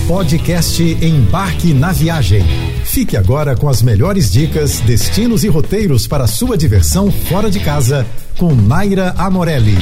Podcast Embarque na Viagem. Fique agora com as melhores dicas, destinos e roteiros para sua diversão fora de casa com Naira Amorelli.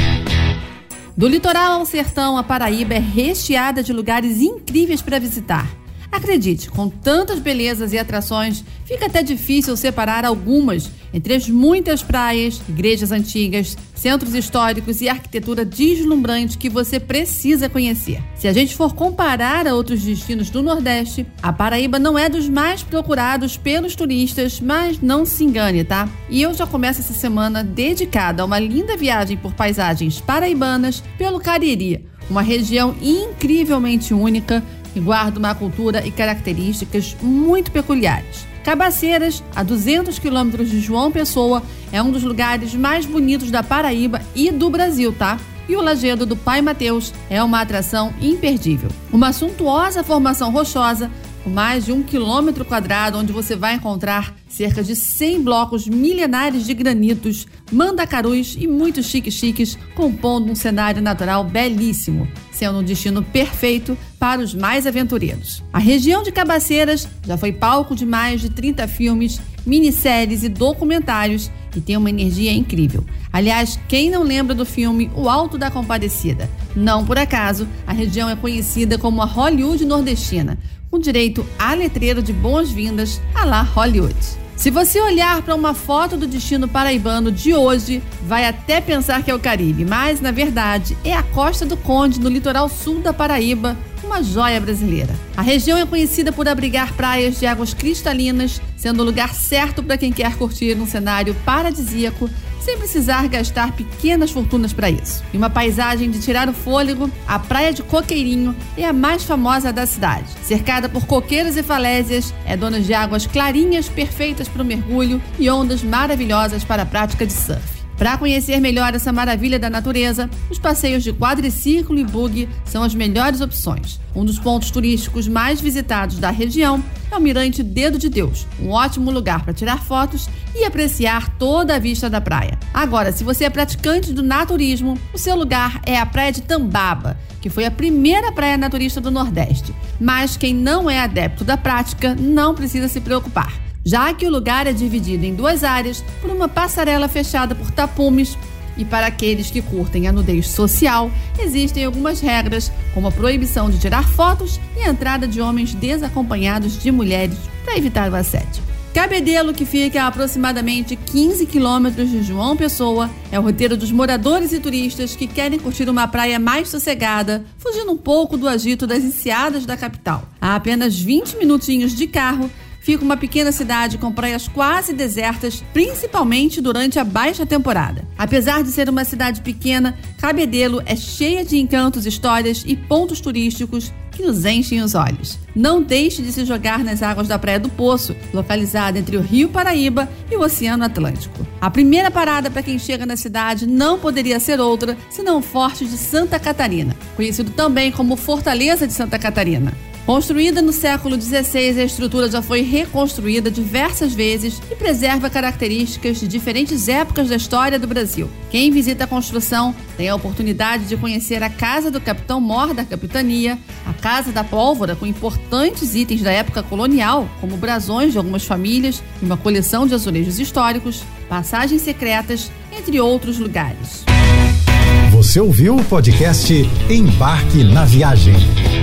Do litoral ao sertão, a Paraíba é recheada de lugares incríveis para visitar. Acredite, com tantas belezas e atrações, fica até difícil separar algumas entre as muitas praias, igrejas antigas, centros históricos e arquitetura deslumbrante que você precisa conhecer. Se a gente for comparar a outros destinos do Nordeste, a Paraíba não é dos mais procurados pelos turistas, mas não se engane, tá? E eu já começo essa semana dedicada a uma linda viagem por paisagens paraibanas pelo Cariri, uma região incrivelmente única, que guarda uma cultura e características muito peculiares. Cabaceiras, a 200 quilômetros de João Pessoa, é um dos lugares mais bonitos da Paraíba e do Brasil, tá? E o Lajedo do Pai Mateus é uma atração imperdível. Uma suntuosa formação rochosa, com mais de 1 quilômetro quadrado, onde você vai encontrar cerca de 100 blocos milenares de granitos, mandacarus e muitos chiques, compondo um cenário natural belíssimo, sendo um destino perfeito para os mais aventureiros. A região de Cabaceiras já foi palco de mais de 30 filmes, minisséries e documentários e tem uma energia incrível. Aliás, quem não lembra do filme O Alto da Compadecida? Não por acaso, a região é conhecida como a Hollywood nordestina, com direito a letreiro de boas-vindas à la Hollywood. Se você olhar para uma foto do destino paraibano de hoje, vai até pensar que é o Caribe, mas, na verdade, é a Costa do Conde, no litoral sul da Paraíba, uma joia brasileira. A região é conhecida por abrigar praias de águas cristalinas, sendo o lugar certo para quem quer curtir um cenário paradisíaco, sem precisar gastar pequenas fortunas para isso. E uma paisagem de tirar o fôlego, a Praia de Coqueirinho é a mais famosa da cidade. Cercada por coqueiros e falésias, é dona de águas clarinhas perfeitas para o mergulho e ondas maravilhosas para a prática de surf. Para conhecer melhor essa maravilha da natureza, os passeios de quadriciclo e buggy são as melhores opções. Um dos pontos turísticos mais visitados da região é o Mirante Dedo de Deus, um ótimo lugar para tirar fotos e apreciar toda a vista da praia. Agora, se você é praticante do naturismo, o seu lugar é a Praia de Tambaba, que foi a primeira praia naturista do Nordeste. Mas quem não é adepto da prática não precisa se preocupar, já que o lugar é dividido em 2 áreas por uma passarela fechada por tapumes, e para aqueles que curtem a nudez social, existem algumas regras, como a proibição de tirar fotos e a entrada de homens desacompanhados de mulheres para evitar o assédio. Cabedelo, que fica a aproximadamente 15 quilômetros de João Pessoa, é o roteiro dos moradores e turistas que querem curtir uma praia mais sossegada, fugindo um pouco do agito das enseadas da capital. A apenas 20 minutinhos de carro, fica uma pequena cidade com praias quase desertas, principalmente durante a baixa temporada. Apesar de ser uma cidade pequena, Cabedelo é cheia de encantos, histórias e pontos turísticos que nos enchem os olhos. Não deixe de se jogar nas águas da Praia do Poço, localizada entre o Rio Paraíba e o Oceano Atlântico. A primeira parada para quem chega na cidade não poderia ser outra senão o Forte de Santa Catarina, conhecido também como Fortaleza de Santa Catarina. Construída no século XVI, a estrutura já foi reconstruída diversas vezes e preserva características de diferentes épocas da história do Brasil. Quem visita a construção tem a oportunidade de conhecer a Casa do Capitão Mor da Capitania, a Casa da Pólvora, com importantes itens da época colonial, como brasões de algumas famílias e uma coleção de azulejos históricos, passagens secretas, entre outros lugares. Você ouviu o podcast Embarque na Viagem.